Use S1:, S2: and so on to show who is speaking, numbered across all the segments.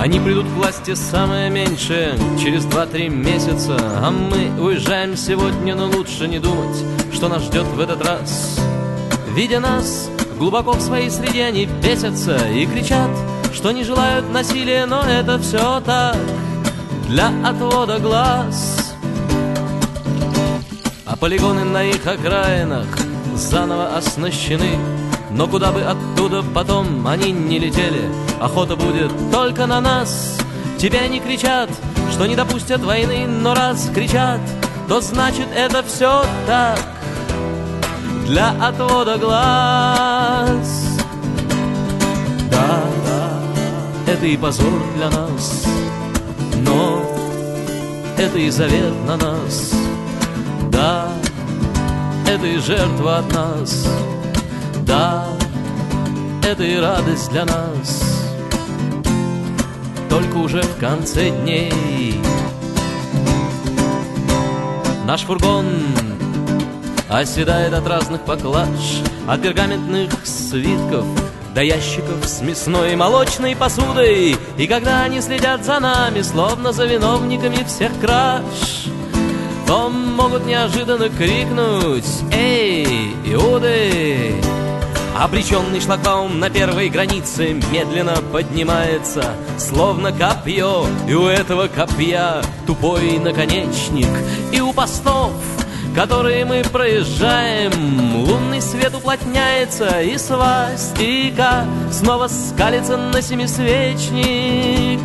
S1: Они придут к власти самое меньшее через 2-3 месяца, а мы уезжаем сегодня, но лучше не думать, что нас ждет в этот раз. Видя нас, глубоко в своей среде они бесятся и кричат, что не желают насилия, но это все так, для отвода глаз. А полигоны на их окраинах заново оснащены, но куда бы оттуда потом они не летели, охота будет только на нас. Тебе они кричат, что не допустят войны, но раз кричат, то значит это все так, для отвода глаз. Да, это и позор для нас, но это и завет на нас. Да, это и жертва от нас. Да, это и радость для нас. Только уже в конце дней наш фургон оседает от разных поклаж, от пергаментных свитков до ящиков с мясной и молочной посудой. И когда они следят за нами, словно за виновниками всех краж, то могут неожиданно крикнуть: «Эй, Иуды!» Обреченный шлагбаум на первой границе медленно поднимается, словно копье, и у этого копья тупой наконечник. И у постов, которые мы проезжаем, лунный свет уплотняется, и свастика снова скалится на семисвечник.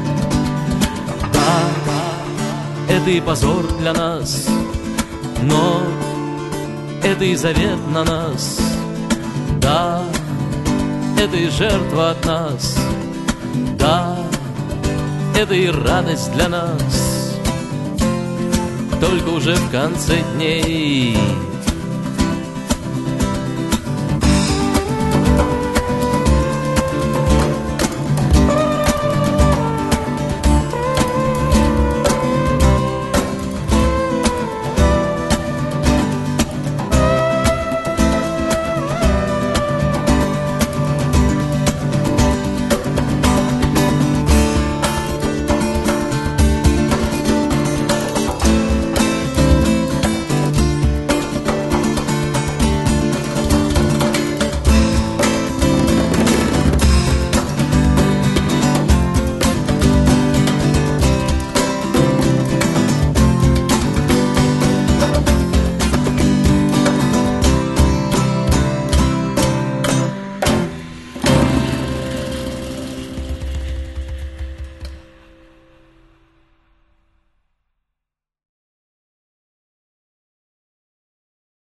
S1: Да, это и позор для нас, но это и завет на нас. Да, это и жертва от нас. Да, это и радость для нас. Только уже в конце дней